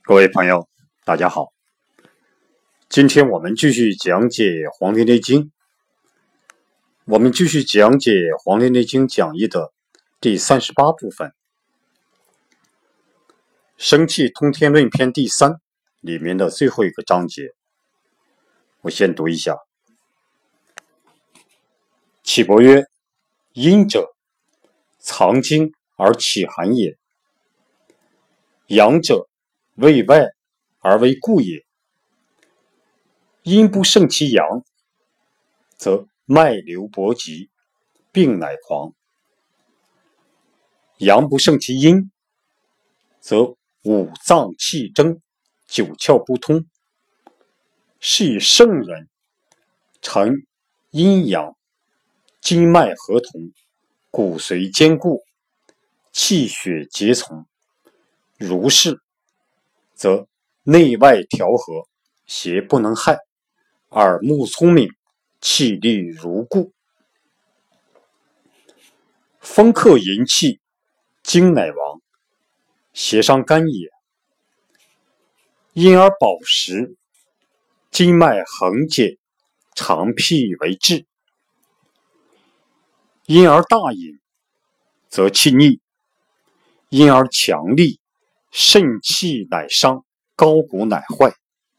各位朋友，大家好。今天我们继续讲解《黄帝内经》，讲义的第38部分，生气通天论篇第3里面的最后一个章节。我先读一下。岐伯曰：阴者，藏精而起寒也；阳者，为外而为固也。阴不胜其阳，则脉流搏急，病乃狂；阳不胜其阴，则五脏气争，九窍不通。是以圣人成阴阳，经脉合同，骨髓坚固，气血结从。如是，则内外调和，邪不能害，耳目聪明，气力如故。风克营气，精乃亡，邪伤肝也。因而饱食，经脉横结，肠辟为滞；因而大饮，则气逆；因而强力，肾气乃伤，高骨乃坏。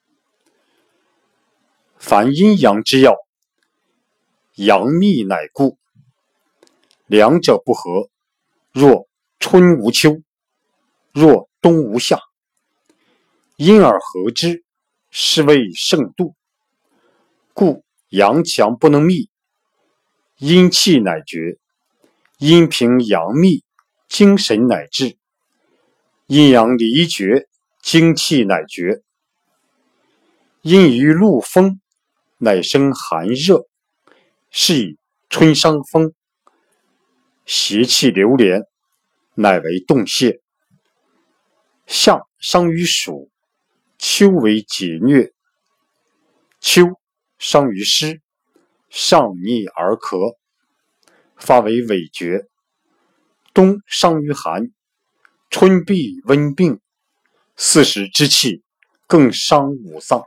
凡阴阳之要，阳秘乃固，两者不和，若春无秋，若冬无夏。因而合之，是谓盛度。故阳强不能密，阴气乃绝；阴平阳密，精神乃至；阴阳离绝，精气乃绝。因于陆风，乃生寒热，是以春伤风，邪气流连，乃为动泄；夏伤于暑，秋为节疟；秋伤于湿，上逆而咳，发为痿厥；冬伤于寒，春必温病，四时之气更伤五脏。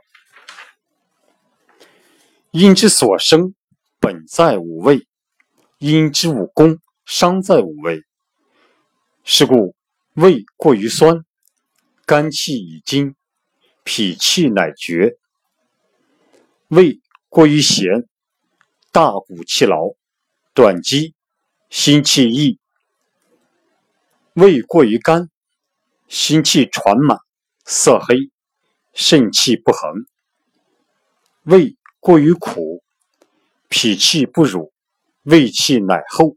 阴之所生，本在五味；阴之武功，伤在五味。是故胃过于酸，肝气已经，脾气乃绝；胃过于咸，大骨气劳，短肌，心气溢；胃过于干，心气传满，色黑，肾气不恒；胃过于苦，脾气不乳，胃气乃厚；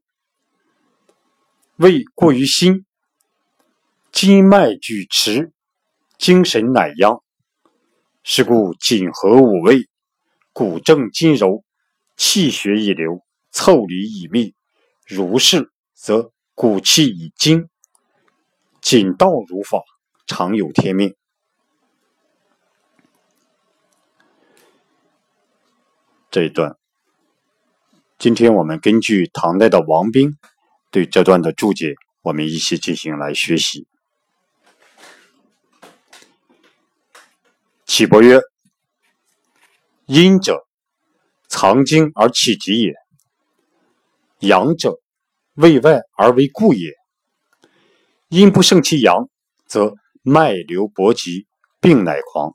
胃过于辛，筋脉举迟，精神乃央。是故紧合五味，骨正筋柔，气血已流，腠理已密。如是，则骨气已精，谨道如法，常有天命。这一段，今天我们根据唐代的王彬对这段的注解，我们一起进行来学习。岐伯曰：阴者，藏精而起急也；阳者，为外而为固也。阴不胜其阳，则脉流搏急，病乃狂。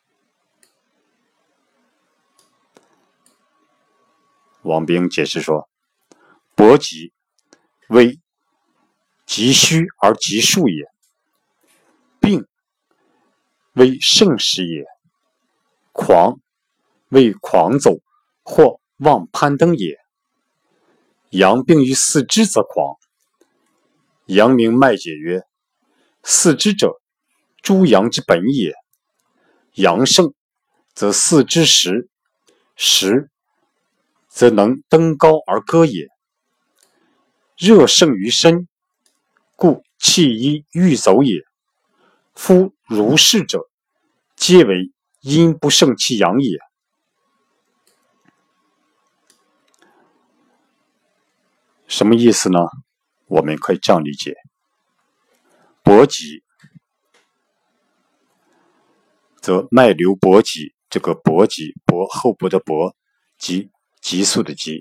王彬解释说，搏急为急虚而急数也，病为盛时也，狂为狂走或妄攀登也。阳病于四肢则狂。阳明脉解曰：四肢者，诸阳之本也。阳盛，则四肢实，实则能登高而歌也。热盛于身，故气依欲走也。夫如是者，皆为阴不胜其阳也。什么意思呢？我们可以这样理解：搏急则脉流搏急，这个搏急，搏后部的搏，急急速的急。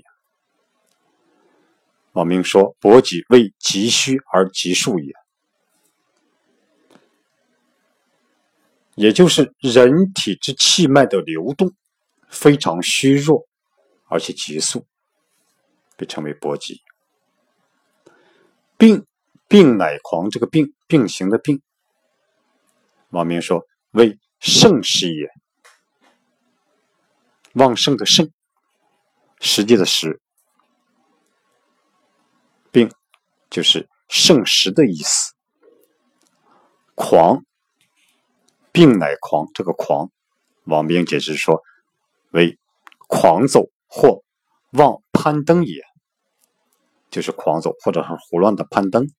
王明说：搏急为急虚而急数也。也就是人体之气脉的流动非常虚弱，而且急速，被称为搏急。病乃狂，这个病行的病，王明说为盛时也。旺盛的盛，实际的实，病就是盛时的意思。狂，病乃狂，这个狂，王明解释说为狂走或妄攀登也，就是狂走或者是胡乱的攀登。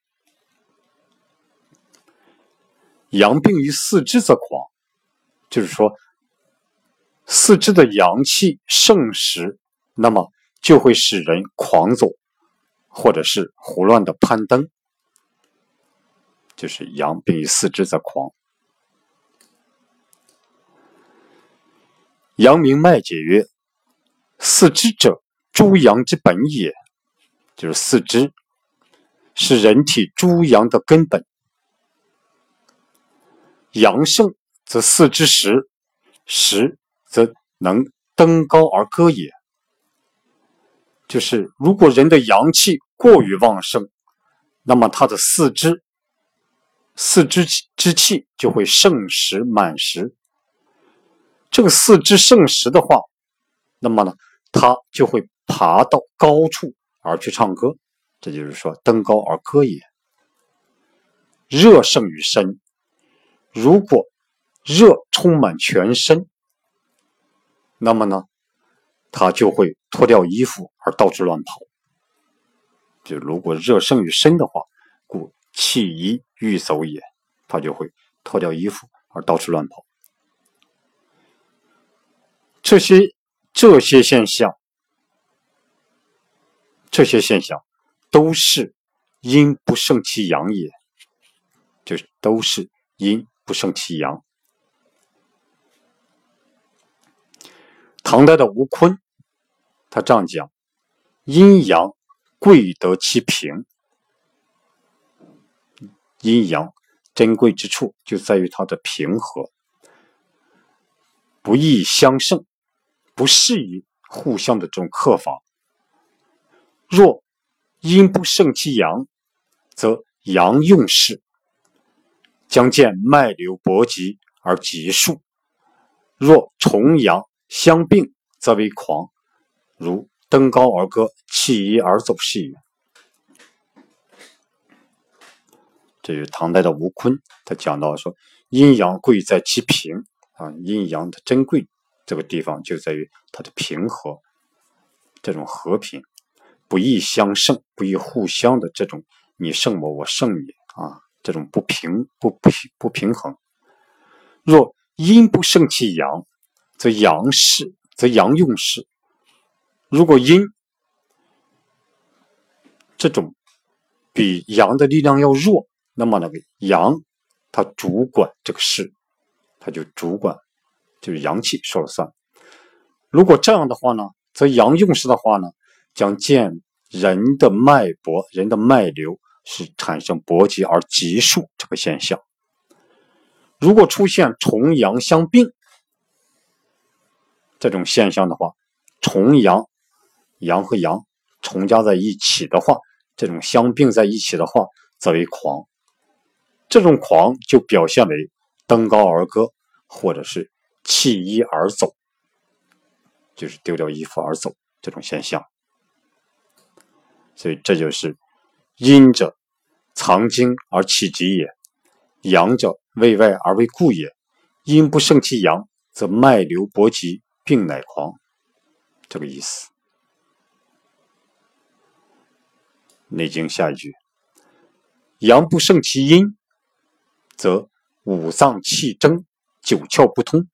阳病于四肢则狂，就是说四肢的阳气盛时，那么就会使人狂走或者是胡乱的攀登，就是阳病于四肢则狂。阳明脉解曰：四肢者，诸阳之本也。就是四肢是人体诸阳的根本。阳盛则四肢实，实则能登高而歌也。就是如果人的阳气过于旺盛，那么他的四肢之气就会盛实满实。这个四肢盛实的话，那么呢，他就会爬到高处而去唱歌，这就是说登高而歌也。热盛于身，如果热充满全身，那么呢，他就会脱掉衣服而到处乱跑。就如果热盛于身的话，故气移欲走也，他就会脱掉衣服而到处乱跑。这些现象都是阴不胜其阳也，就是都是阴不胜其阳。唐代的吴坤他这样讲：阴阳贵得其平。阴阳珍贵之处就在于它的平和，不易相胜，不适宜互相的这种克伐。若阴不胜其阳，则阳用事，将见脉流搏急而急数。若重阳相并，则为狂，如登高而歌，弃衣而走是也。这是唐代的吴坤，他讲到说，阴阳贵在其平啊，阴阳的珍贵这个地方就在于它的平和，这种和平，不易相胜，不易互相的这种你胜我，我胜你啊，这种不平衡。若阴不胜其阳，则阳用事。如果阴这种比阳的力量要弱，那么那个阳它主管这个事，它就主管，就是阳气说了算。如果这样的话呢，则阳用事的话呢，将见人的脉搏，人的脉流是产生搏急而急数这个现象。如果出现重阳相并这种现象的话，重阳，阳和阳重加在一起的话，这种相并在一起的话，则为狂。这种狂就表现为登高而歌，或者是弃衣而走，就是丢掉衣服而走这种现象。所以这就是阴者藏精而气急也，阳者为外而为固也。阴不胜其阳，则脉流搏急，病乃狂，这个意思。内经下一句：阳不胜其阴，则五脏气争，九窍不通。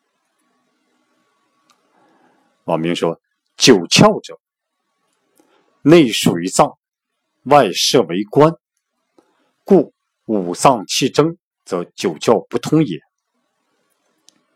王明说，九窍者，内属于脏，外设为关，故五脏气争，则九窍不通也。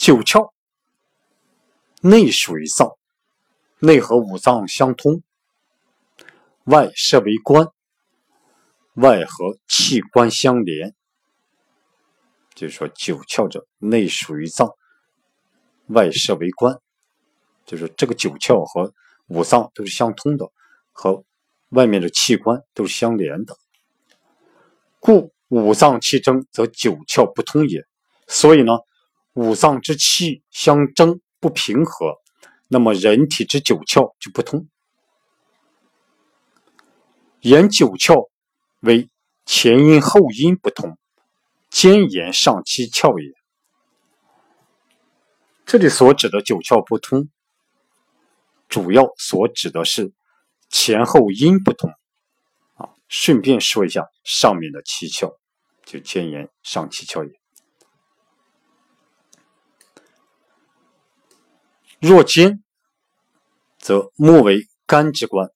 九窍内属于脏，内和五脏相通，外设为关，外和器官相连。就是说九窍者内属于脏，外设为关，就是说这个九窍和五脏都是相通的，和外面的器官都是相连的。故五脏气争，则九窍不通也。所以呢，五脏之气相争不平和，那么人体之九窍就不通。言九窍为前阴后阴不通，兼言上七窍也。这里所指的九窍不通，主要所指的是前后阴不通啊。顺便说一下上面的七窍，就兼言上七窍也。若兼，则目为肝之官，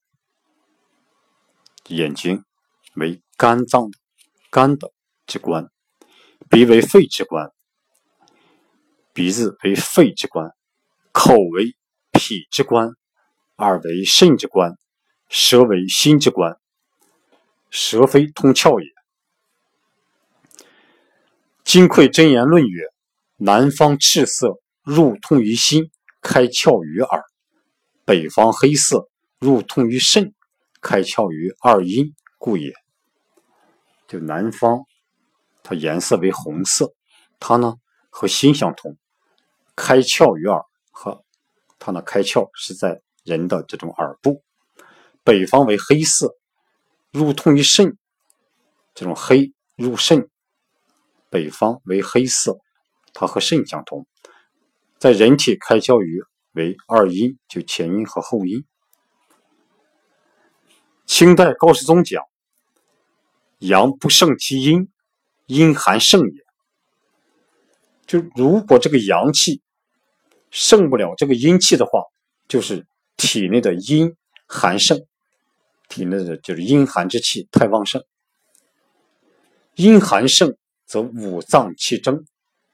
眼睛为肝脏肝的之官，鼻为肺之官，鼻子为肺之官，口为脾之官，耳为肾之官，舌为心之官，舌非通窍也。金匮真言论曰：南方赤色，入通于心，开窍于耳；北方黑色，入通于肾，开窍于二阴，故也。就南方它颜色为红色，它呢和心相通，开窍于耳，和它呢开窍是在人的这种耳部。北方为黑色，入通于肾，这种黑入肾，北方为黑色，它和肾相通，在人体开窍于为二阴，就前阴和后阴。清代高士宗讲：阳不胜其阴，阴寒盛也。就如果这个阳气胜不了这个阴气的话，就是体内的阴寒盛，体内的就是阴寒之气太旺盛。阴寒盛则五脏气争，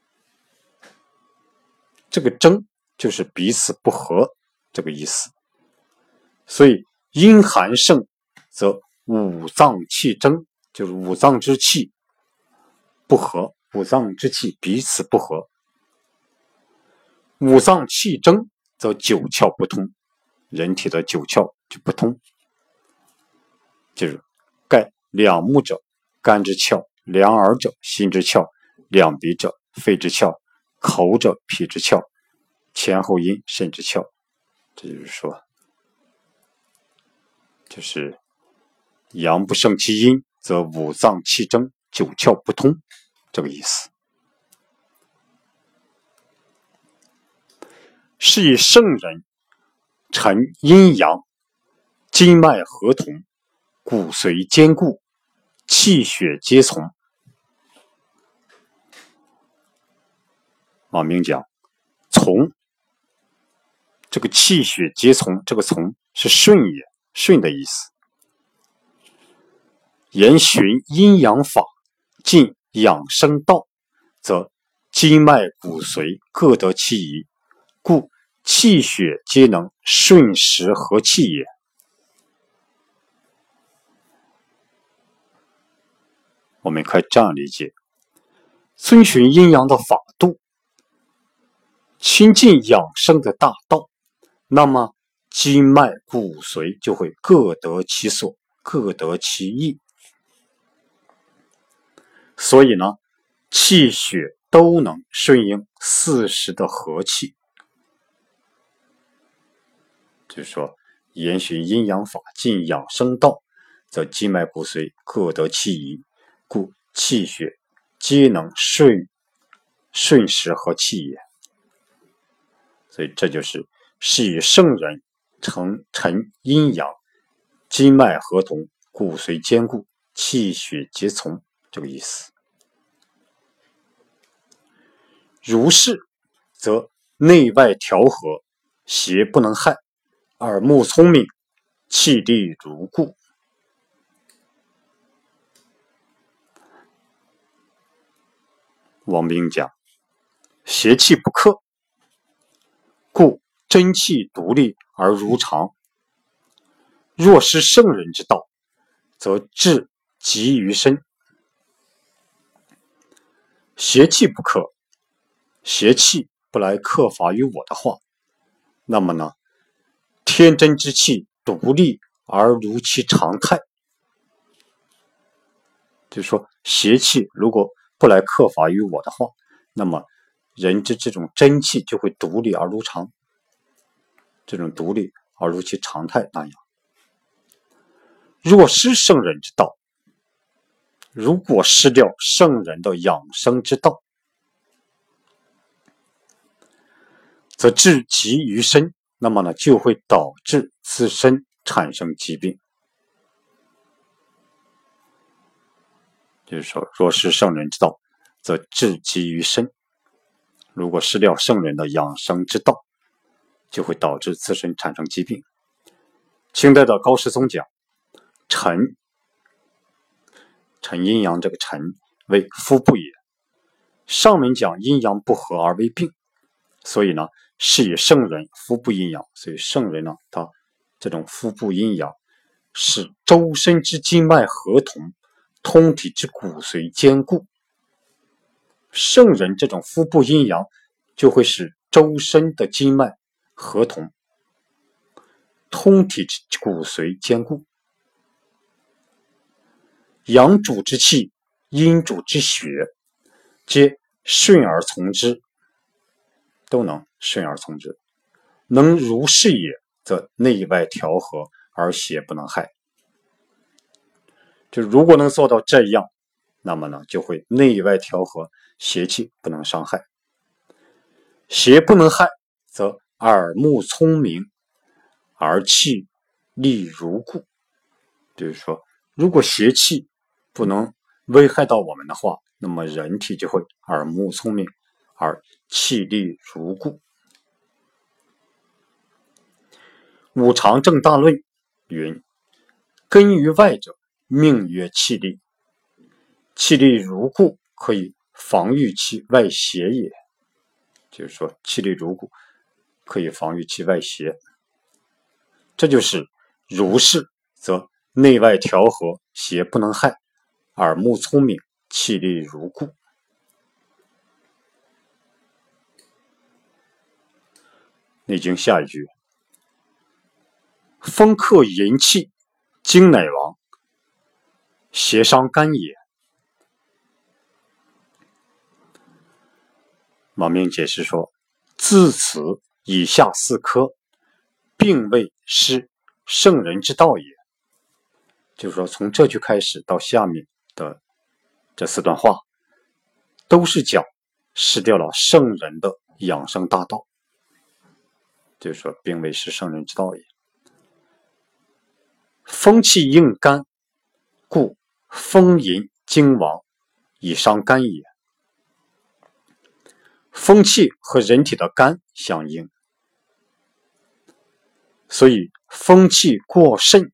这个争就是彼此不和这个意思。所以阴寒盛则五脏气争，就是五脏之气不和，五脏之气彼此不和。五脏气争则九窍不通，人体的九窍就不通。就是盖两目者肝之窍，两耳者心之窍，两鼻者肺之窍，口者脾之窍，前后阴肾之窍。这就是说，就是阳不胜其阴，则五脏气争，九窍不通，这个意思。是以圣人陈阴阳，筋脉合同，骨髓坚固，气血皆从。王明讲从，这个气血皆从，这个从是顺也，顺的意思。言循阴阳法，尽养生道，则筋脉骨髓各得其宜，故气血皆能顺时和气也。我们可以这样理解：遵循阴阳的法度，亲近养生的大道，那么筋脉骨髓就会各得其所，各得其意。所以呢，气血都能顺应四时的和气。就是说，严循阴阳法，尽养生道，则筋脉骨髓各得其宜，故气血皆能顺时和气也。所以这就是以圣人陈阴阳，筋脉合同，骨髓坚固，气血皆从，这个意思。如是，则内外调和，邪不能害，耳目聪明，气力如故。王冰讲， 邪气不克，故真气独立而如常。若失圣人之道，则志急于身。邪气不克，邪气不来克伐于我的话，那么呢，天真之气独立而如其常态。就是说，邪气如果不来克伐于我的话，那么人之这种真气就会独立而如常，这种独立而如其常态那样。若失圣人之道，如果失掉圣人的养生之道，则致疾于身，那么呢，就会导致自身产生疾病。就是说，若失圣人之道，则致疾于身。如果失掉圣人的养生之道，就会导致自身产生疾病。清代的高士宗讲，辰阴阳，这个辰为夫部也。上面讲阴阳不和而为病，所以呢，是以圣人夫部阴阳，所以圣人呢，他这种夫部阴阳使周身之经脉合同，通体之骨髓坚固。圣人这种夫部阴阳就会使周身的经脉合同，通体之骨髓坚固。阳主之气，阴主之血，皆顺而从之，都能顺而从之。能如是也，则内外调和而邪不能害。就如果能做到这样，那么呢，就会内外调和，邪气不能伤害。邪不能害，则耳目聪明，而气力如故。就是说，如果邪气不能危害到我们的话，那么人体就会耳目聪明，而气力如故。五常正大论云：根于外者，命曰气力。气力如故，可以防御其外邪也。就是说，气力如故，可以防御其外邪。这就是如是，则内外调和，邪不能害，耳目聪明，气力如故。内经下一句：风克淫气，精乃亡，邪伤肝也。王明解释说，自此以下四科，并未失圣人之道也。就是说，从这句开始到下面的这四段话，都是讲失掉了圣人的养生大道。就是说，并未失圣人之道也。风气应肝，故风淫精亡，以伤肝也。风气和人体的肝相应，所以风气过盛，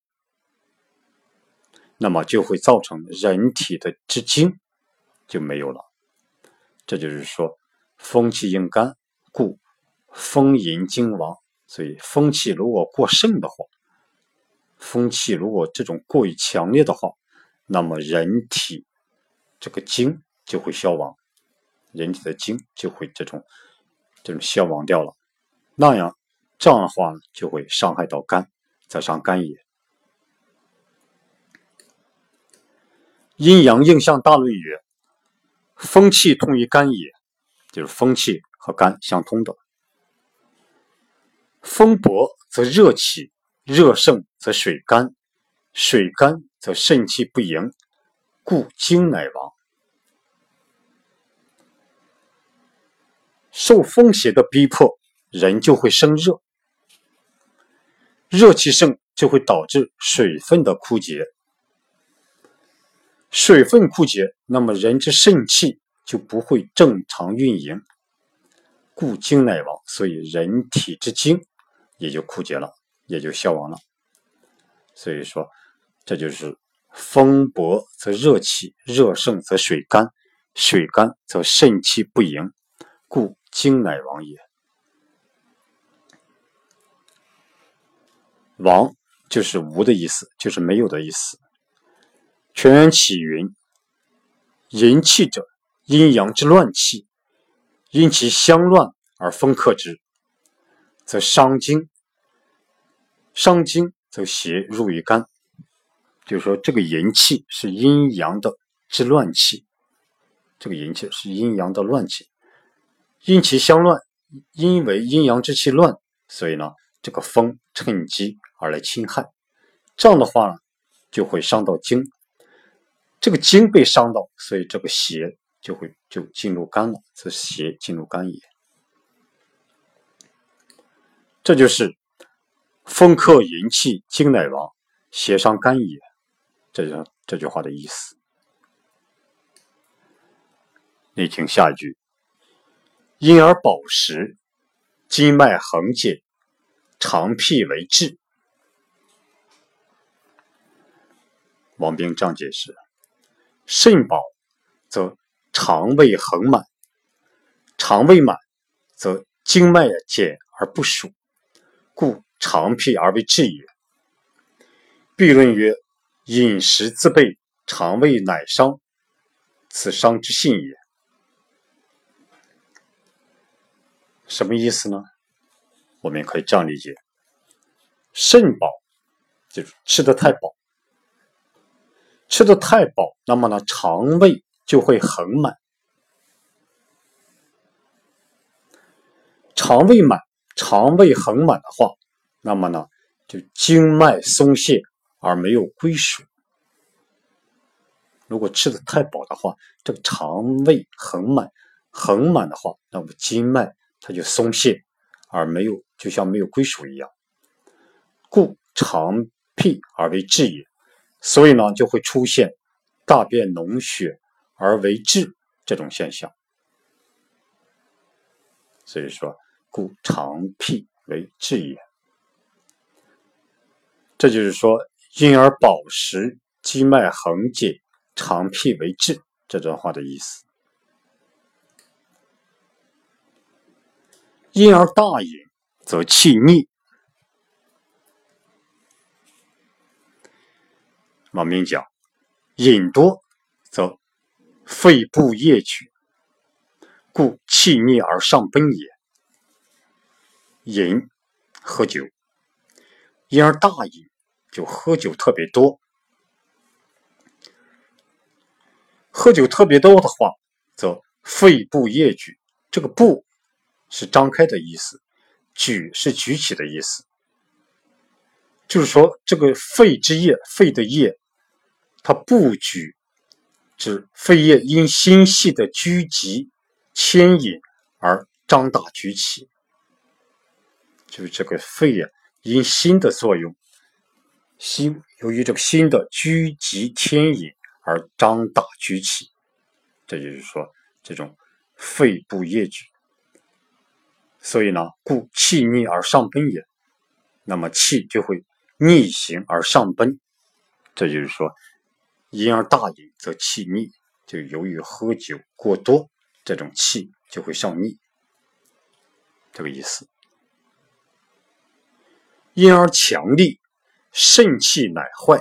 那么就会造成人体的之精就没有了。这就是说，风气应肝，故风淫精亡。所以风气如果过盛的话，风气如果这种过于强烈的话，那么人体这个精就会消亡，人体的精就会这种消亡掉了。这样的话就会伤害到肝，则伤肝也。阴阳应象大论曰：风气通于肝也。就是风气和肝相通的。风薄则热起，热盛则水干，水干则肾气不盈，故精乃亡。受风邪的逼迫，人就会生热，热气盛就会导致水分的枯竭，水分枯竭，那么人之肾气就不会正常运营，故精乃亡。所以人体之精也就枯竭了，也就消亡了。所以说，这就是风薄则热起，热盛则水干，水干则肾气不盈，故精乃亡也。亡就是无的意思，就是没有的意思。全元启云：淫气者，阴阳之乱气，因其相乱而风克之，则伤精，伤精则邪入于肝。就是说这个淫气是阴阳的之乱气，这个淫气是阴阳的乱气，因其相乱，因为阴阳之气乱，所以呢这个风趁机而来侵害，这样的话呢就会伤到精，这个精被伤到，所以这个邪就进入肝了，这邪进入肝也。这就是风克淫气，精乃亡，邪伤肝也，这句话的意思。你听下一句：因而保实，筋脉横解，肠辟为治。王冰这样解释：肾保则肠胃横满，肠胃满则经脉减而不属，故肠辟而为治也。必论曰：饮食自备，肠胃乃伤，此伤之性也。什么意思呢？我们可以这样理解：肾饱就是吃得太饱，吃得太饱，那么呢肠胃就会横满，肠胃横满的话，那么呢就经脉松懈而没有归属。如果吃得太饱的话，这个肠胃横满的话，那么经脉它就松懈而就像没有归属一样，故肠辟而为滞也。所以呢就会出现大便脓血而为滞这种现象。所以说故肠辟为滞也。这就是说因而保实，筋脉横解，肠辟为滞这段话的意思。因而大饮则气逆。王明讲，饮多则肺部液举，故气逆而上奔也。饮喝酒，因而大饮就喝酒特别多，喝酒特别多的话，则肺部液举，这个部是张开的意思，举是举起的意思，就是说这个肺之液，肺的液它不举，指肺液因心系的拘急牵引而张大举起，就是这个肺啊因心的作用，由于这个心的拘急牵引而张大举起，这就是说这种肺部液举。所以呢故气逆而上奔也，那么气就会逆行而上奔，这就是说因而大饮则气逆，就由于喝酒过多，这种气就会上逆，这个意思。因而强力，肾气乃坏，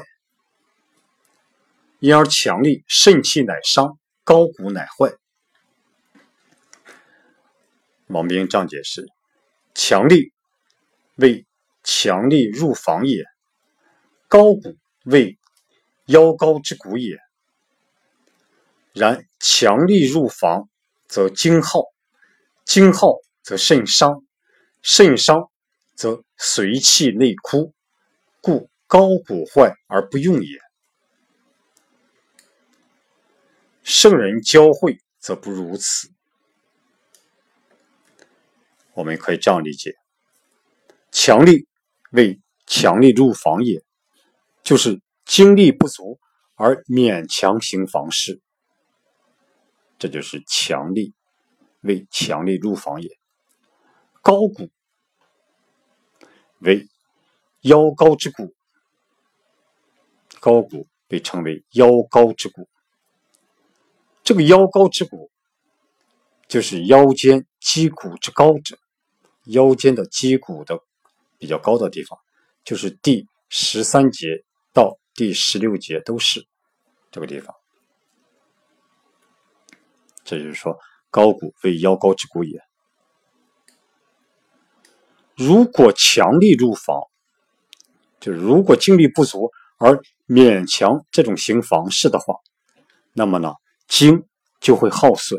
因而强力，肾气乃伤，高谷乃坏。王冰这样解释：强力为强力入房也，高谷为腰高之谷也。然强力入房则精耗，精耗则肾伤，肾伤则随气内枯，故高谷坏而不用也。圣人教诲则不如此。我们可以这样理解：强力为强力入房也，就是精力不足而勉强行房事，这就是强力为强力入房也。高谷为腰高之谷，高谷被称为腰高之谷。这个腰高之谷就是腰间肌骨之高者，腰间的肌骨的比较高的地方，就是第13节到第16节都是这个地方。这就是说，高骨为腰高之骨也。如果强力入房，就是如果精力不足而勉强这种行房事的话，那么呢，精就会耗损。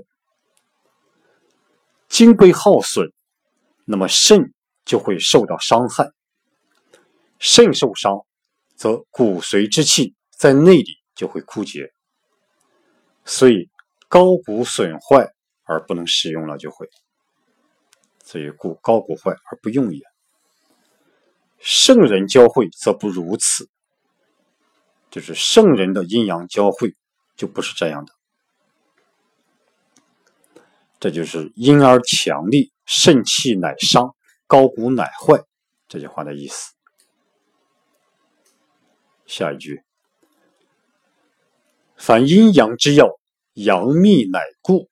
精被耗损，那么肾就会受到伤害。肾受伤，则骨髓之气在内里就会枯竭，所以高骨损坏而不能使用了，就会。所以故高骨坏而不用也。圣人交会则不如此，就是圣人的阴阳交汇就不是这样的。这就是阴而强力，肾气乃伤，高骨乃坏这句话的意思。下一句，凡阴阳之要，阳秘乃固。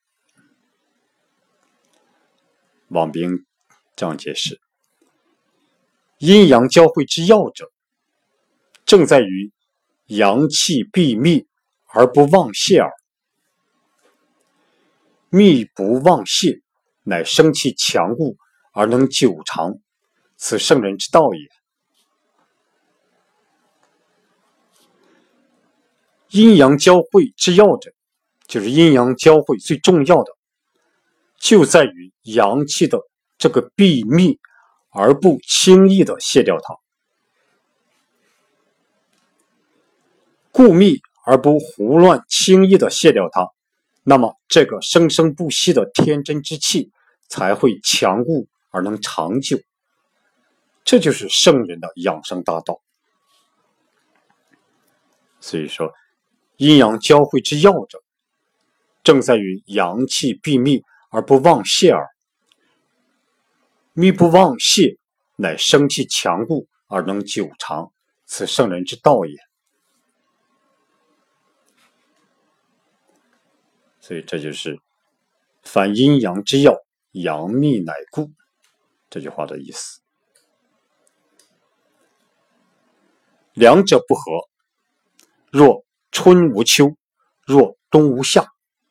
王冰这样解释，阴阳交汇之要者，正在于阳气闭密而不妄泄耳。密不妄泄，乃生气强固而能久长，此圣人之道也。阴阳交汇之要者，就是阴阳交汇最重要的，就在于阳气的这个闭密而不轻易的卸掉它，固密而不胡乱轻易的卸掉它，那么这个生生不息的天真之气才会强固而能长久。这就是圣人的养生大道。所以说，阴阳交汇之要者，正在于阳气闭密而不妄泄耳。密不妄泄，乃生气强固而能久长，此圣人之道也。所以这就是凡阴阳之要，阳秘乃固这句话的意思。两者不和，若春无秋，若冬无夏。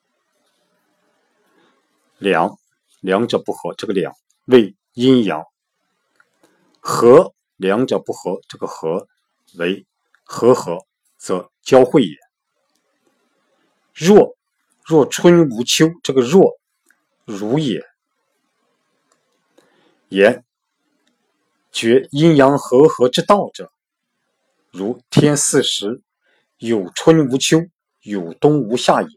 两者不和，这个两为阴阳，和两者不和，这个和为和，则交汇也。若春无秋，这个若如也。言觉阴阳和之道者，如天四时，有春无秋，有冬无夏也。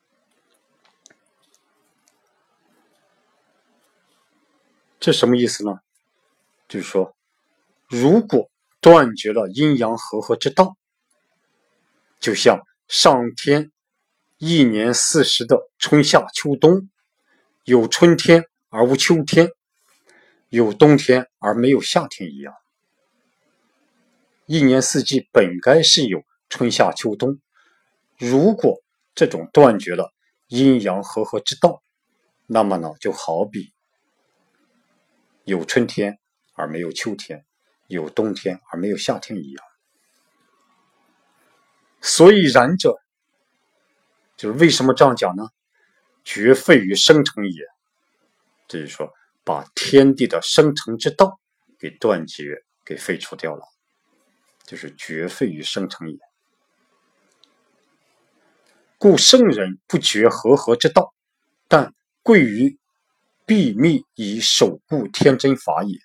这什么意思呢？就是说，如果断绝了阴阳和之道，就像上天一年40的春夏秋冬，有春天而无秋天，有冬天而没有夏天一样。一年四季本该是有春夏秋冬，如果这种断绝了阴阳和之道，那么呢，就好比有春天而没有秋天，有冬天而没有夏天一样。所以然者，就是为什么这样讲呢？绝废于生成也。这就是说，把天地的生成之道给断绝，给废除掉了，就是绝废于生成也。故圣人不绝和之道，但贵于闭密以守固天真法也。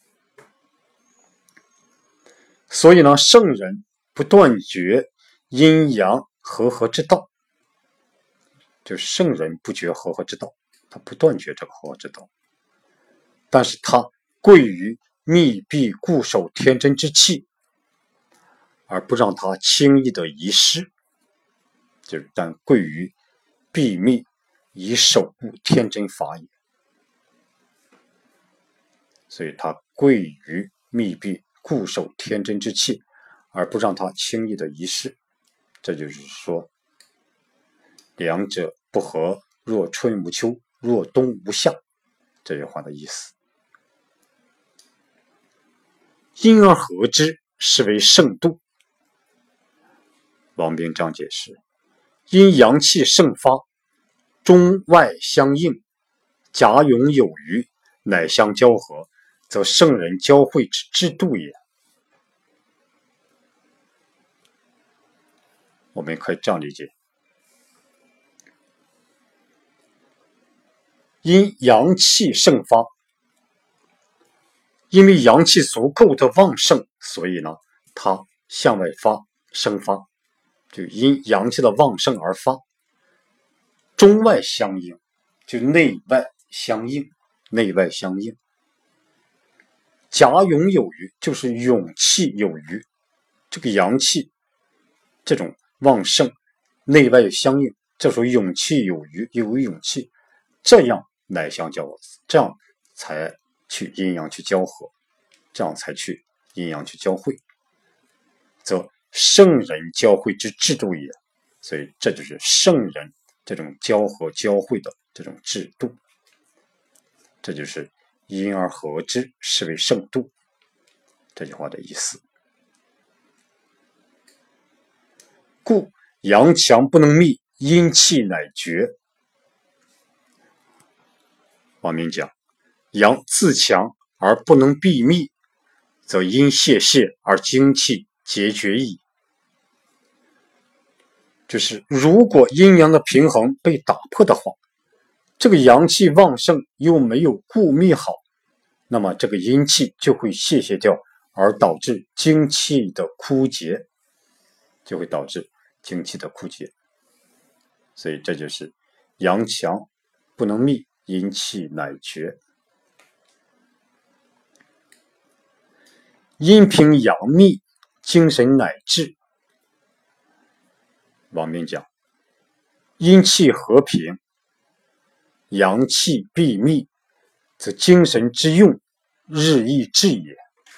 所以呢，圣人不断绝阴阳和之道，就是圣人不绝和之道，他不断绝这个和之道，但是他贵于密闭固守天真之气，而不让它轻易的遗失，就是但贵于闭密以守固天真法也。所以他贵于密闭固守天真之气，而不让它轻易的遗失。这就是说，两者不和，若春无秋， 若冬无夏，这句话的意思。因而合之，是为盛度。王宾这样解释：因阳气盛发，中外相应，甲勇有余，乃相交合，则圣人交会之制度也。我们可以这样理解：因阳气盛发，因为阳气足够的旺盛，所以呢，它向外生发，就因阳气的旺盛而发。中外相应，就内外相应，甲勇有余，就是勇气有余，这个阳气这种旺盛，内外相应，这属于勇气有余，有勇气，这样乃相交合，这样才去阴阳去交合，这样才去阴阳去交汇，则圣人交汇之制度也。所以这就是圣人这种交合交汇的这种制度，这就是因而合之，是为盛度，这句话的意思。故阳强不能密，阴气乃绝。王明讲，阳自强而不能闭密，则阴泄而精气结绝矣。就是如果阴阳的平衡被打破的话，这个阳气旺盛又没有固密好，那么这个阴气就会泄掉，而导致精气的枯竭，所以这就是阳强不能密，阴气乃绝。阴平阳密，精神乃至。王明讲，阴气和平，阳气闭密，则精神之用日益至也。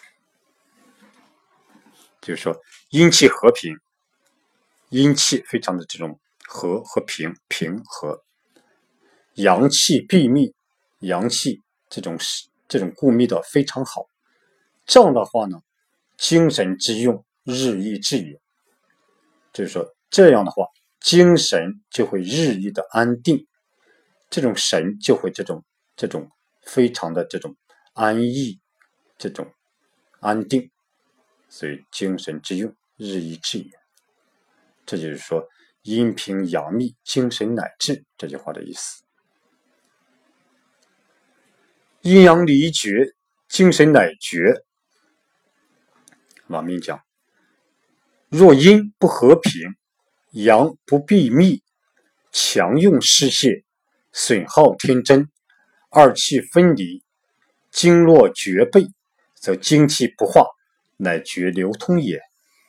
就是说阴气和平，阴气非常的这种和平和，阳气闭密，阳气这种固密的非常好，这样的话呢，精神之用日益至也。就是说这样的话，精神就会日益的安定，这种神就会这种非常的这种安逸，这种安定，所以精神之用日益至也。这就是说阴平阳密，精神乃至这句话的意思。阴阳离绝，精神乃绝。王明讲，若阴不和平，阳不闭密，强用失泄，损耗天真，二气分离，经络绝备，则精气不化，乃绝流通也。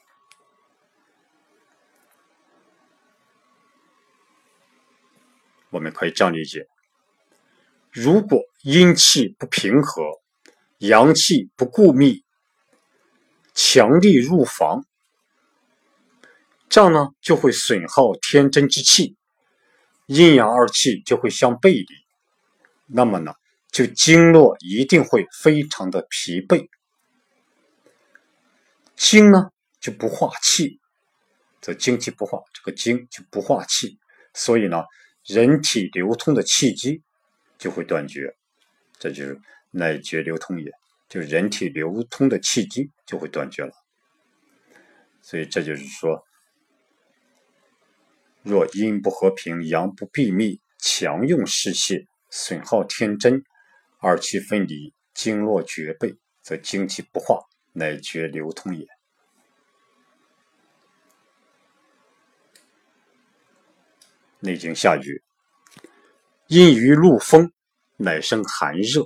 我们可以这样理解，如果阴气不平和，阳气不固密，强力入防，这样呢就会损耗天真之气，阴阳二气就会相背离，那么呢就经络一定会非常的疲惫，精呢就不化气，则精气不化，这个精就不化气，所以呢人体流通的气机就会断绝，这就是乃绝流通也，就人体流通的气机就会断绝了。所以这就是说，若阴不和平，阳不闭密，强用失泄，损耗天真，二气分离，经络绝备，则精气不化，乃绝流通也。内经下曰，阴于露风，乃生寒热。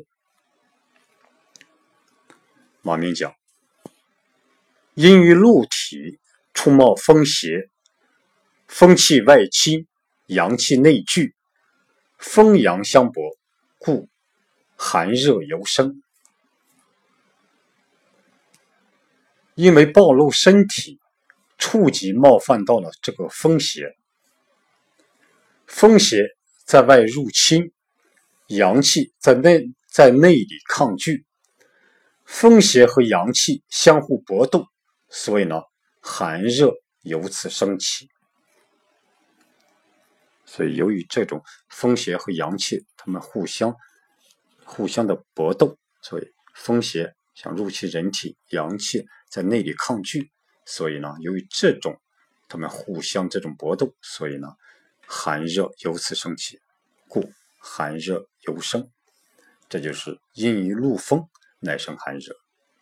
王明讲，阴于露体，出冒风邪，风气外侵，阳气内聚，风阳相搏，故寒热由生。因为暴露身体，触及冒犯到了这个风邪，风邪在外入侵， 阳气在内里抗拒，风邪和阳气相互搏斗，所以呢，寒热由此升起。所以由于这种风邪和阳气它们互相的搏斗，所以风邪想入侵人体，阳气在内里抗拒，所以呢，由于这种他们互相这种搏斗，所以呢，寒热由此升起，故寒热由生。这就是因于怒风乃生寒热。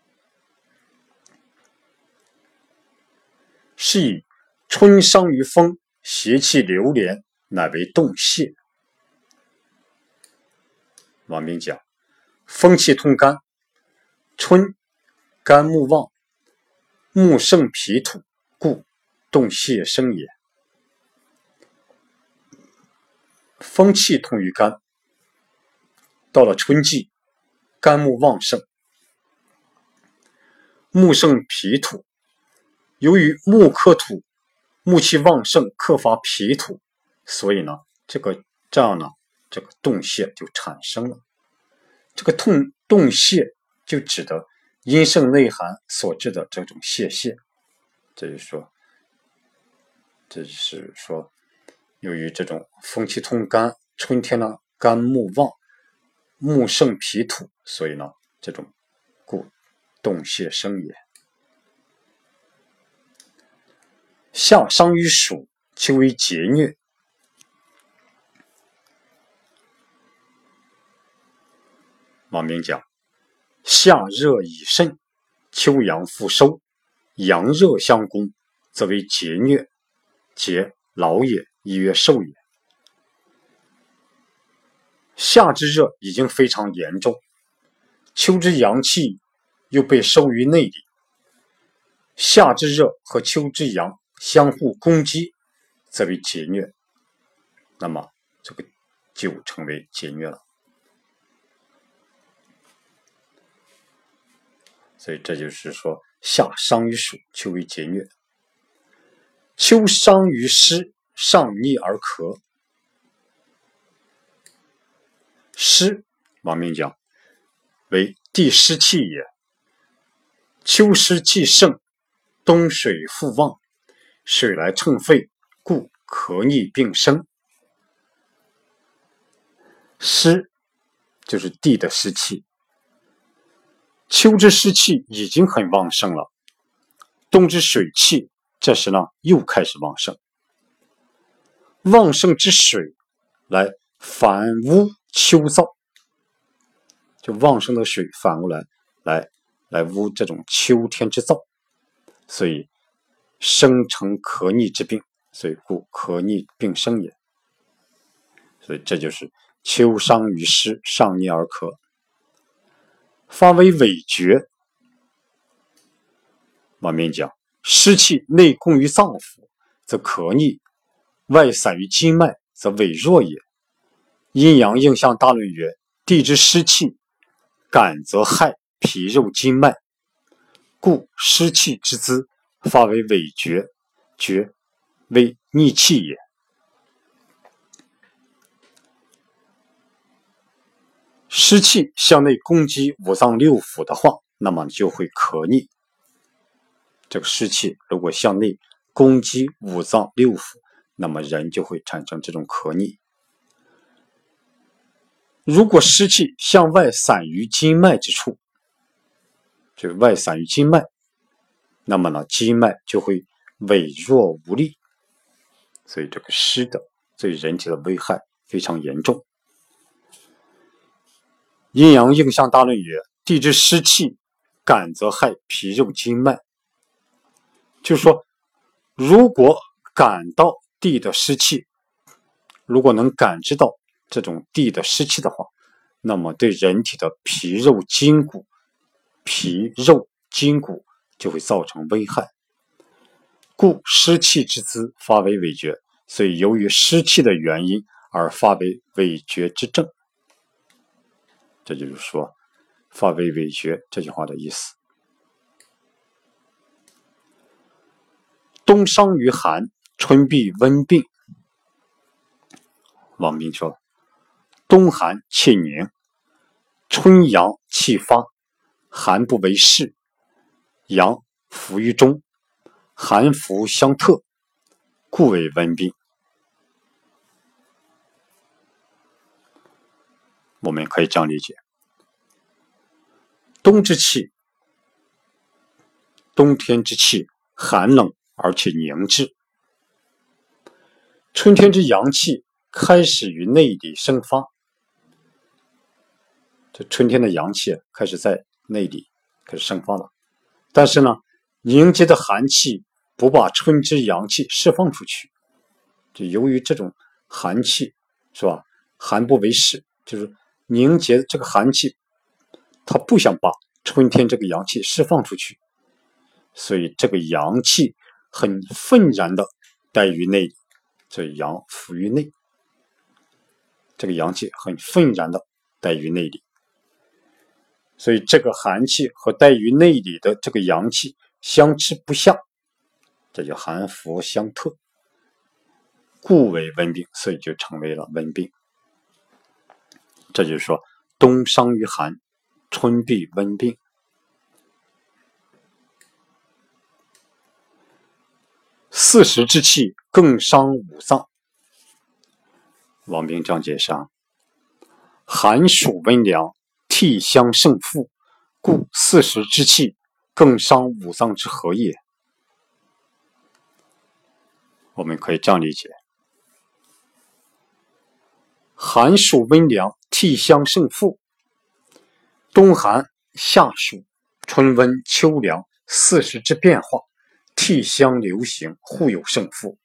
是以春伤于风，邪气流连，乃为动泻。王明讲，风气通肝，春肝木旺，木盛脾土，故动泻生也。风气通于肝，到了春季，肝木旺盛，木盛脾土，由于木克土，木气旺盛，克伐脾土，所以呢，这个动泻就产生了。这个动泻就指的阴盛内寒所致的这种泄泻。这就是说，由于这种风气通肝，春天呢肝木旺，木盛脾土，所以呢这种故动泻生也。夏伤于暑，秋为节疟。王明讲，夏热以盛，秋阳复收，阳热相攻，则为节疟。节劳也，亦曰寿也。夏之热已经非常严重，秋之阳气又被收于内里，夏之热和秋之阳相互攻击，则为节疟。那么这个就成为节疟了。所以这就是说，夏伤于暑，秋为节疟。秋伤于湿，上逆而咳。湿，王明讲，为地湿气也。秋湿气盛，冬水复旺，水来乘肺，故咳逆并生。湿就是地的湿气，秋之湿气已经很旺盛了，冬之水气这时呢又开始旺盛，旺盛之水来反污秋燥，就旺盛的水反过来污这种秋天之燥，所以生成咳逆之病，所以故咳逆并生也。所以这就是秋伤于湿，上逆而咳。发为痿厥。王明讲，湿气内攻于脏腑，则咳逆；外散于筋脉，则痿弱也。阴阳应象大论曰：地之湿气，感则害皮肉筋脉，故湿气之资，发为痿厥，厥为逆气也。湿气向内攻击五脏六腑的话，那么就会咳逆。这个湿气如果向内攻击五脏六腑，那么人就会产生这种咳逆。如果湿气向外散于筋脉之处，这个外散于筋脉，那么呢，筋脉就会痿弱无力，所以这个湿的对人体的危害非常严重。阴阳应象大论曰：地之湿气，感则害皮肉筋脉。就是说，如果感到地的湿气，如果能感知到这种地的湿气的话，那么对人体的皮肉筋骨就会造成危害。故湿气之资，发为痿厥。所以由于湿气的原因而发为痿厥之症。这就是说，发为痿厥这句话的意思。冬伤于寒，春必温病。王明说， 冬寒气凝，春阳气发，寒不为势，阳伏于中，寒伏相特，故为温病。我们可以这样理解：冬之气，冬天之气寒冷而且凝滞，春天之阳气开始于内里生发，这春天的阳气开始在内里开始生发了，但是呢，凝结的寒气不把春之阳气释放出去，就由于这种寒气是吧，寒不为势，就是凝结这个寒气，它不想把春天这个阳气释放出去，所以这个阳气很愤然的待于内里，这阳伏于内，这个阳气很愤然的待于内里，所以这个寒气和待于内里的这个阳气相持不下，这就寒伏相特，故为温病，所以就成为了温病。这就是说，冬伤于寒，春必温病。四时之气更伤五脏。王冰这样解释啊：寒暑温凉，涕相胜负，故四时之气更伤五脏之和也。我们可以这样理解：寒暑温凉，涕相胜负，冬寒夏暑，春温秋凉，四时之变化，涕相流行，互有胜负。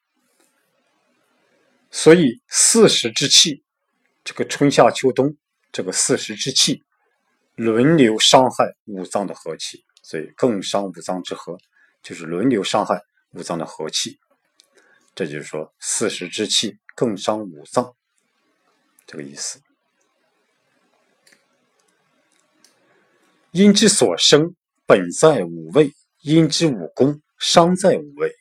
所以四时之气，这个春夏秋冬这个四时之气轮流伤害五脏的和气，所以更伤五脏之和，就是轮流伤害五脏的和气。这就是说，四时之气更伤五脏，这个意思。阴之所生，本在五味；阴之五功，伤在五味。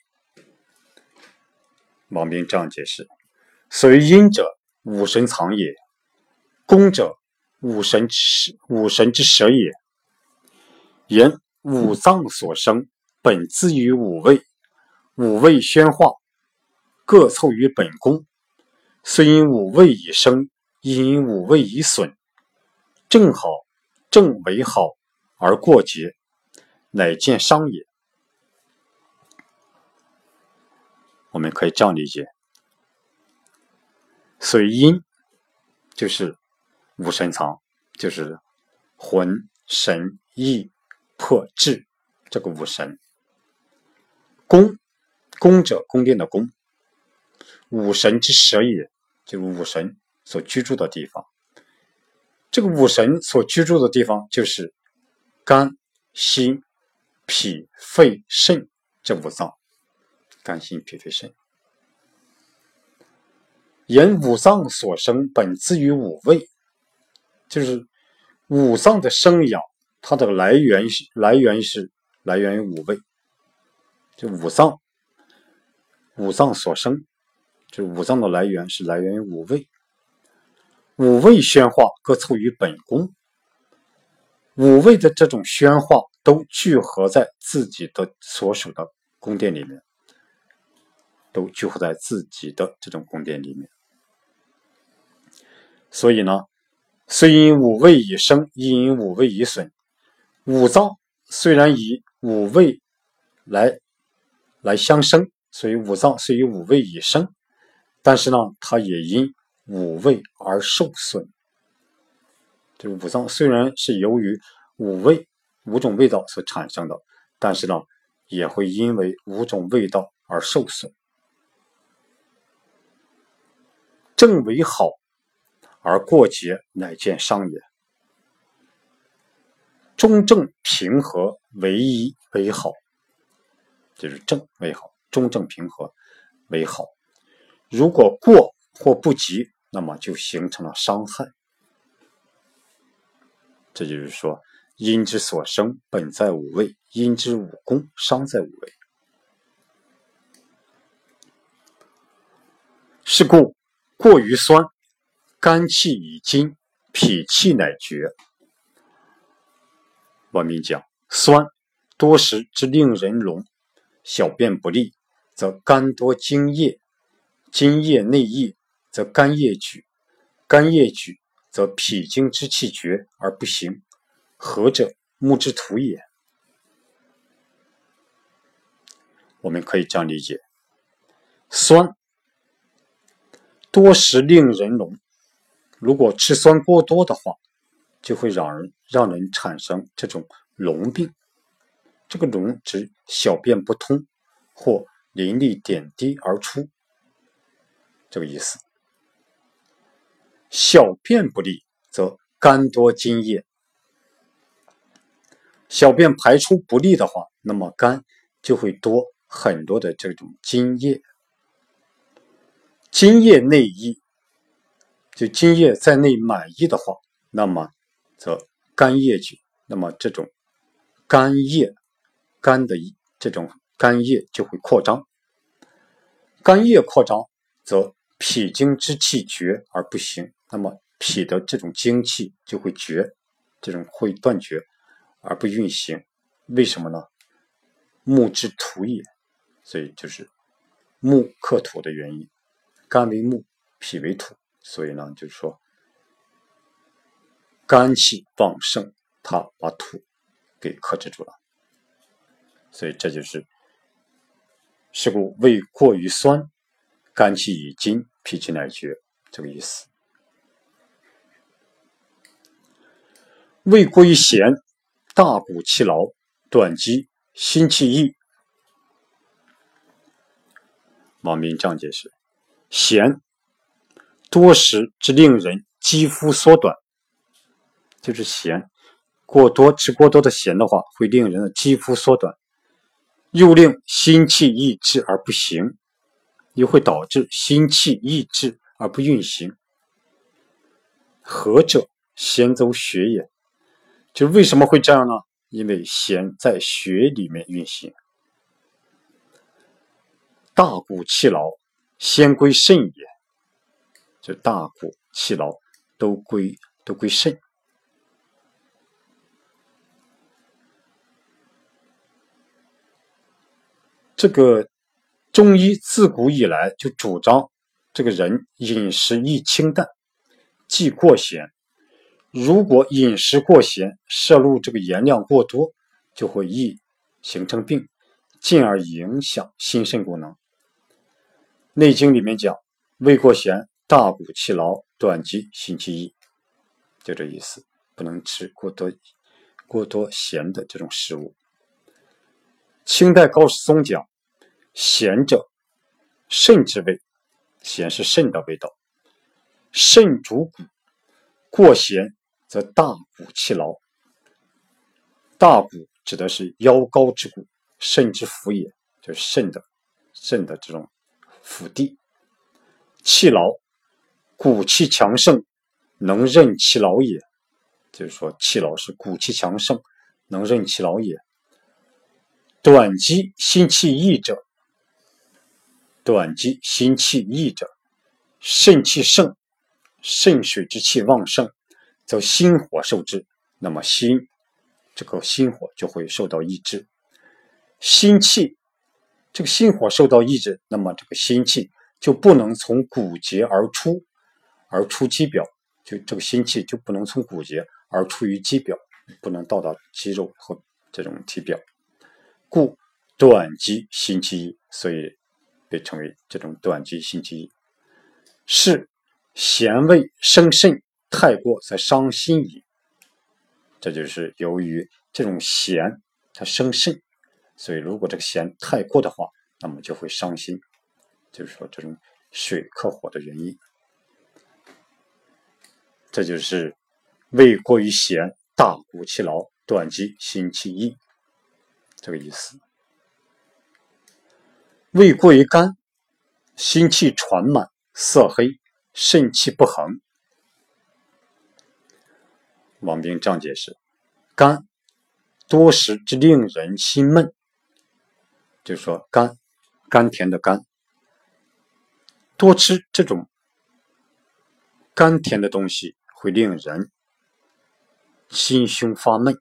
王冰这样解释：所谓阴者，五神藏也；功者，五神之舍也。言五脏所生，本自于五味，五味宣化，各凑于本功，虽因五味以生，亦因五味以损，正为好而过节，乃见伤也。我们可以这样理解：所以阴就是五神藏，就是魂、神、意、魄、志这个五神。宫者，宫殿的宫，五神之舍也，就是五神所居住的地方。这个五神所居住的地方就是肝、心、脾、肺、肾这五脏。肝、心、脾、肺、肾。言五脏所生，本自于五味，就是五脏的生养，它的来源于五味。就五脏所生，就五脏的来源于五味。五味宣化，各凑于本宫。五味的这种宣化都聚合在自己的所属的宫殿里面，都聚合在自己的这种宫殿里面。所以呢，虽因五味以生，亦因五味以损。五脏虽然以五味来相生，所以五脏虽以五味以生，但是呢，它也因五味而受损。这个五脏虽然是由于五种味道所产生的，但是呢，也会因为五种味道而受损。正为好而过节，乃见伤也。中正平和为一为好，就是正为好，中正平和为好。如果过或不及，那么就形成了伤害。这就是说，阴之所生，本在五味；阴之五功，伤在五味。是故过于酸， 肝气已经，脾气乃绝。王明讲，酸多食之令人聋，小便不利，则肝多津液，津液内溢，则肝液举，肝液举，则脾经之气绝而不行，何者？木之土也。我们可以这样理解，酸多食令人聋，如果吃酸过多的话，就会让人产生这种聋病。这个聋指小便不通或淋漓点滴而出，这个意思。小便不利，则肝多津液。小便排出不利的话，那么肝就会多很多的这种津液。津液内溢，就津液在内满溢的话，那么则肝液举，那么这种肝的这种肝液就会扩张。肝液扩张，则脾经之气绝而不行，那么脾的这种精气就会绝，这种会断绝而不运行。为什么呢？木之土也，所以就是木克土的原因。肝为木，脾为土，所以呢，就是说肝气旺盛，它把土给克制住了。所以这就是是故胃过于酸，肝气已经，脾气乃绝，这个意思。胃过于咸，大鼓气劳，短积，心气溢。王明这样解释，咸多食之令人肌肤缩短，就是咸吃过多的咸的话，会令人的肌肤缩短，又令心气抑制而不行，又会导致心气抑制而不运行。何者？咸走血也。就是为什么会这样呢？因为咸在血里面运行。大鼓气劳，先归肾也。这大鼓气劳都归肾。这个中医自古以来就主张这个人饮食宜清淡，忌过咸。如果饮食过咸，摄入这个盐量过多，就会易形成病，进而影响心肾功能。内经里面讲，胃过咸，大鼓气劳，短积，心气溢，就这意思。不能吃过多咸的这种食物。清代高士宗讲，咸者肾之味，咸是肾的味道，肾主骨，过咸则大鼓气劳。大鼓指的是腰高之骨，肾之府也，就是肾的这种府地。气劳，骨气强盛，能任其劳也，就是说气劳是骨气强盛，能任其劳也。短积，心气溢者，肾气盛，肾水之气旺盛，则心火受之，那么这个心火就会受到抑制。这个心火受到抑制，那么这个心气就不能从骨节而出肌表，就这个心气就不能从骨节而出于肌表，不能到达肌肉和这种体表，故短积心气溢，所以被称为这种短积心气溢。是咸味生肾，太过则伤心矣。这就是由于这种咸它生肾，所以如果这个咸太过的话，那么就会伤心，就是说这种水克火的原因。这就是胃过于咸，大鼓气劳，短积，心气溢，这个意思。胃过于干，心气传满，色黑，肾气不恒。王冰这样解释，肝多食之令人心闷，就是说甘甜的甘，多吃这种甘甜的东西会令人心胸发闷，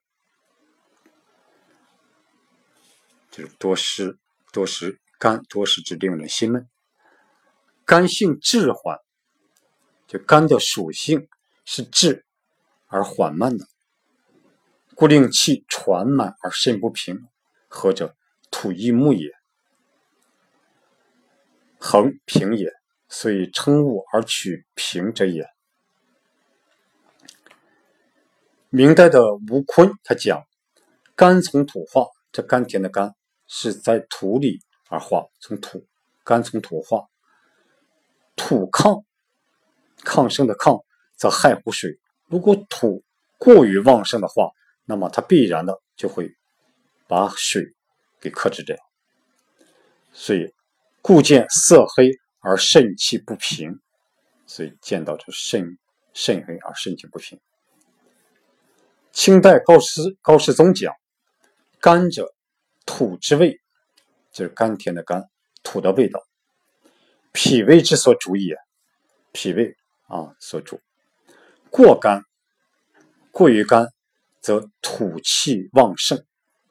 就是多食甘，多食之令人心闷。甘性滞缓，就甘的属性是滞而缓慢的，故令气传满而肾不平，合者土易木也，恒平也，所以称物而取平者也。明代的吴坤他讲，甘从土化，这甘甜的甘是在土里而化，甘从土化，土亢盛的亢则害乎水，如果土过于旺盛的话，那么它必然的就会把水给克制掉，所以故见色黑而肾气不平，所以见到这肾黑而肾气不平。清代高士宗讲，甘者土之味，就是甘甜的甘，土的味道，脾胃之所主也，脾胃所主。过于甘则土气旺盛，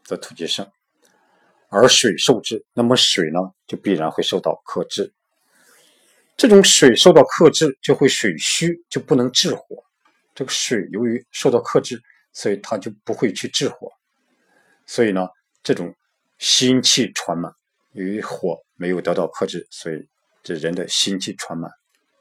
而水受制，那么水呢就必然会受到克制。这种水受到克制，就会水虚，就不能制火。这个水由于受到克制，所以它就不会去制火。所以呢，这种心气传满，由于火没有得到克制，所以这人的心气传满。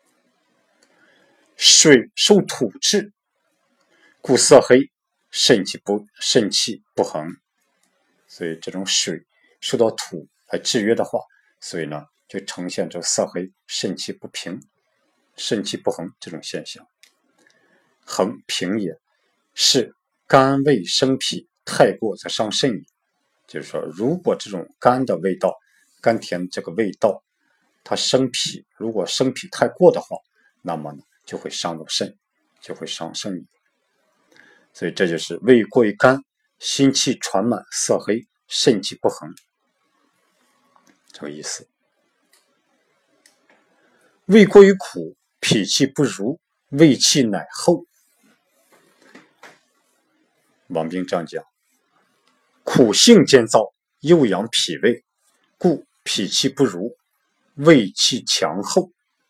水受土制，故色黑，肾气不恒。所以这种水受到土来制约的话，所以呢就呈现出色黑、肾气不平、肾气不恒这种现象。恒平也，是甘味生脾，太过则伤肾也。就是说，如果这种甘的味道，甘甜这个味道，它生脾，如果生脾太过的话，那么呢就会伤到肾，就会伤肾也。所以这就是味过于甘，心气传满，色黑，肾气不恒，这个意思。味过于苦，脾气不如，胃气乃厚。王冰这样讲，苦性兼燥，又养脾胃，故脾气不如，胃气强厚。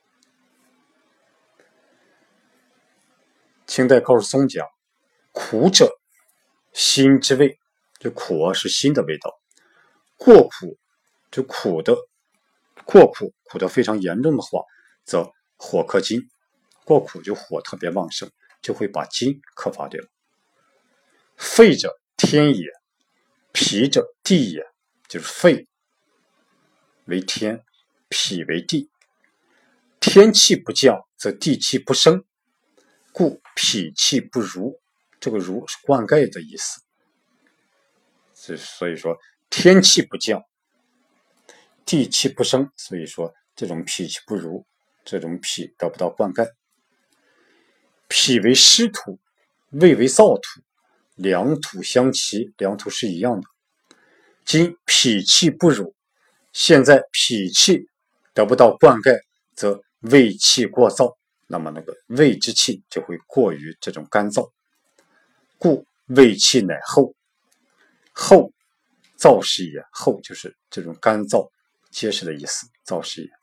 清代高士宗讲，苦者心之味，这苦是心的味道，过苦就苦的非常严重的话，则火克金，过苦就火特别旺盛，就会把金克伐掉。肺者天也，脾者地也，就是肺为天，脾为地，天气不降则地气不生，故脾气不如，这个如是灌溉的意思。所以说天气不降，地气不生，所以说这种脾气不如，这种脾得不到灌溉。脾为湿土，胃为燥土，两土相齐，两土是一样的。今脾气不如，现在脾气得不到灌溉，则胃气过燥，那么那个胃之气就会过于这种干燥，故胃气乃厚。厚燥湿也，厚就是这种干燥结实的意思，燥湿也。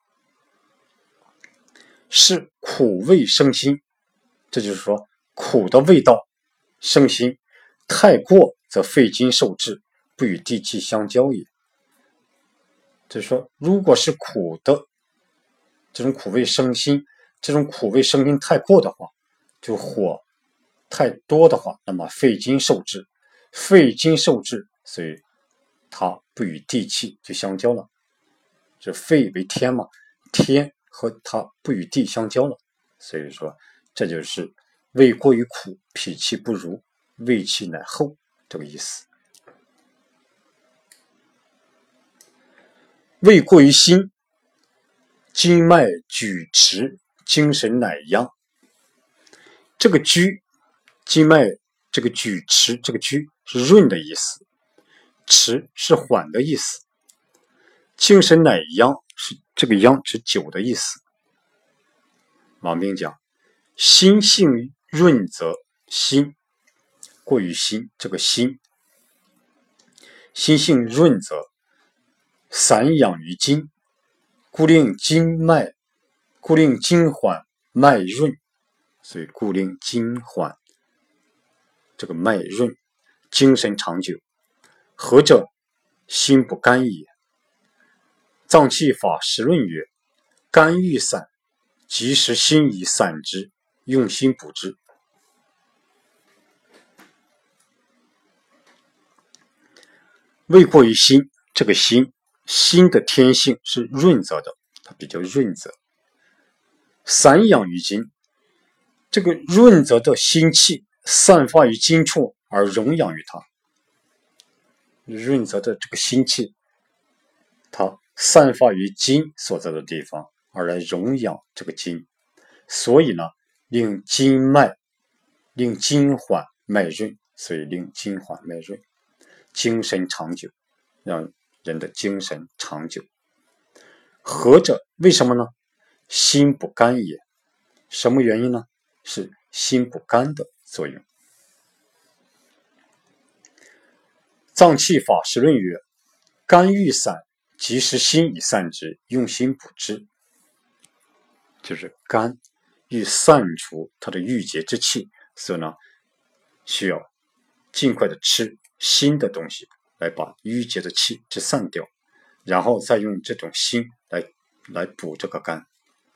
是苦味生心，这就是说苦的味道生心，太过则肺经受制，不与地气相交也。就是说，如果是苦的这种苦味生心，这种苦味生心太过的话，就火太多的话，那么肺经受制，所以它不与地气就相交了。这肺为天嘛，天和它不与地相交了，所以说这就是胃过于苦，脾气不如，胃气乃厚这个意思。胃过于辛，经脉举迟，精神乃央。这个经脉这个举迟，这个举是润的意思，迟是缓的意思，精神乃央是这个央指久的意思。王冰讲， 心性润则心过于心，这个心性润则散养于筋，故令筋缓脉润，所以故令筋缓这个脉润，精神长久。何者？心不甘也。脏气法实论曰：肝郁散，即时心以散之，用心补之。味过于心，这个心的天性是润泽的，它比较润泽。散养于筋，这个润泽的心气散发于筋处而荣养于它。润泽的这个心气，它散发于筋所在的地方，而来荣养这个筋，所以呢，令筋缓脉润，所以令筋缓脉润，精神长久，让人的精神长久。何者？为什么呢？心不甘也。什么原因呢？是心不甘的作用。脏气法实论曰：肝郁散，即时心以散之，用心补之。就是肝欲散除它的郁结之气，所以呢，需要尽快的吃新的东西来把郁结的气给散掉，然后再用这种心来补这个肝。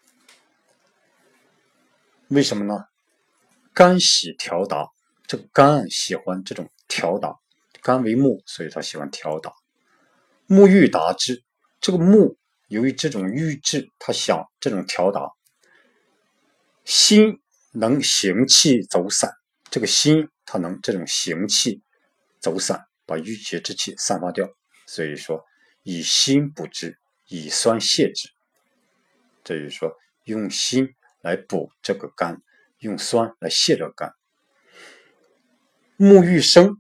为什么呢？肝喜调达，这个肝喜欢这种调达，肝为木，所以它喜欢调达。木欲达之，这个木由于这种郁滞，它想这种调达。心能行气走散，这个心它能这种行气走散，把郁结之气散发掉，所以说以心补之，以酸泻之。这就是说用心来补这个肝，用酸来泻这个肝。木欲生，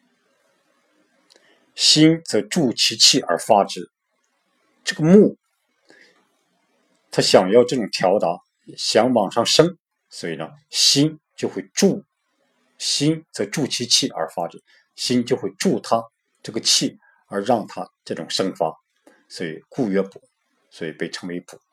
心则助其气而发之。这个木它想要这种调达，想往上升，所以呢，心就会助，心则助其气而发之，心就会助它这个气而让它这种生发，所以故曰补，所以被称为补。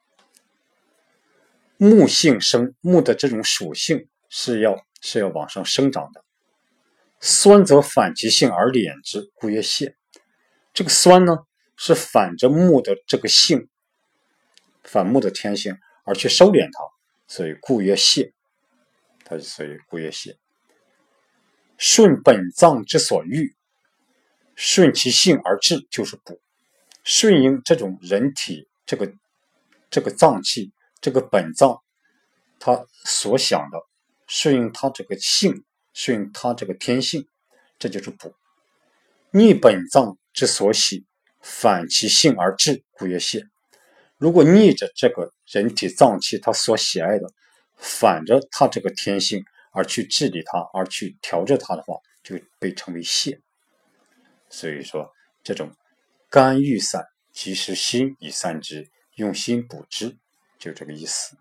木性生，木的这种属性是要往上生长的。酸则反其性而敛之，故曰泻。这个酸呢，是反着木的这个性，反木的天性而去收敛它，所以故曰泻。所以故曰泻。顺本脏之所欲，顺其性而治，就是补。顺应这种人体这个脏器，这个本脏他所想的，顺应他这个性，顺应他这个天性，这就是补。逆本脏之所喜，反其性而治，故曰泻。如果逆着这个人体脏器他所喜爱的，反着他这个天性而去治理它，而去调制它的话，就被称为泻。所以说这种肝郁散，即时心以散之，用心补之，就这个意思。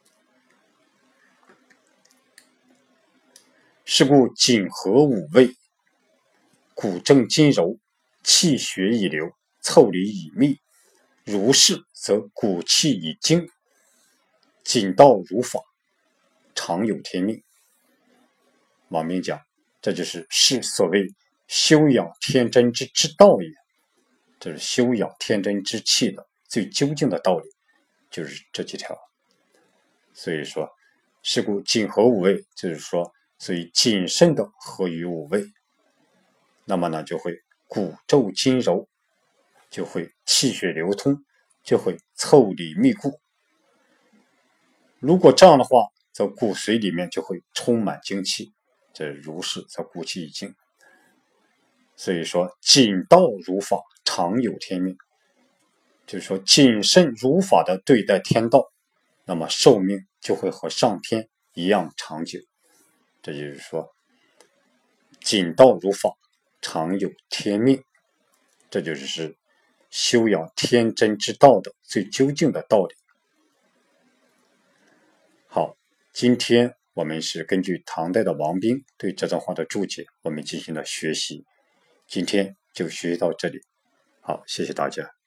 是故紧合五味，骨正筋柔，气血以流，腠理以密。如是则骨气以精，紧道如法，常有天命。王明讲，这就是所谓修养天真之道也。这是修养天真之气的最究竟的道理，就是这几条。所以说，是故紧合五味，就是说，所以谨慎的合于五味，那么呢，就会骨骤筋柔，就会气血流通，就会腠理密固。如果这样的话，则骨髓里面就会充满精气，这如是则骨气已精。所以说谨道如法，常有天命，就是说谨慎如法的对待天道，那么寿命就会和上天一样长久。这就是说谨道如法，常有天命，这就是修养天真之道的最究竟的道理。好， 今天我们是根据唐代的王彬对这段话的注解，我们进行了学习。今天就学习到这里，好，谢谢大家。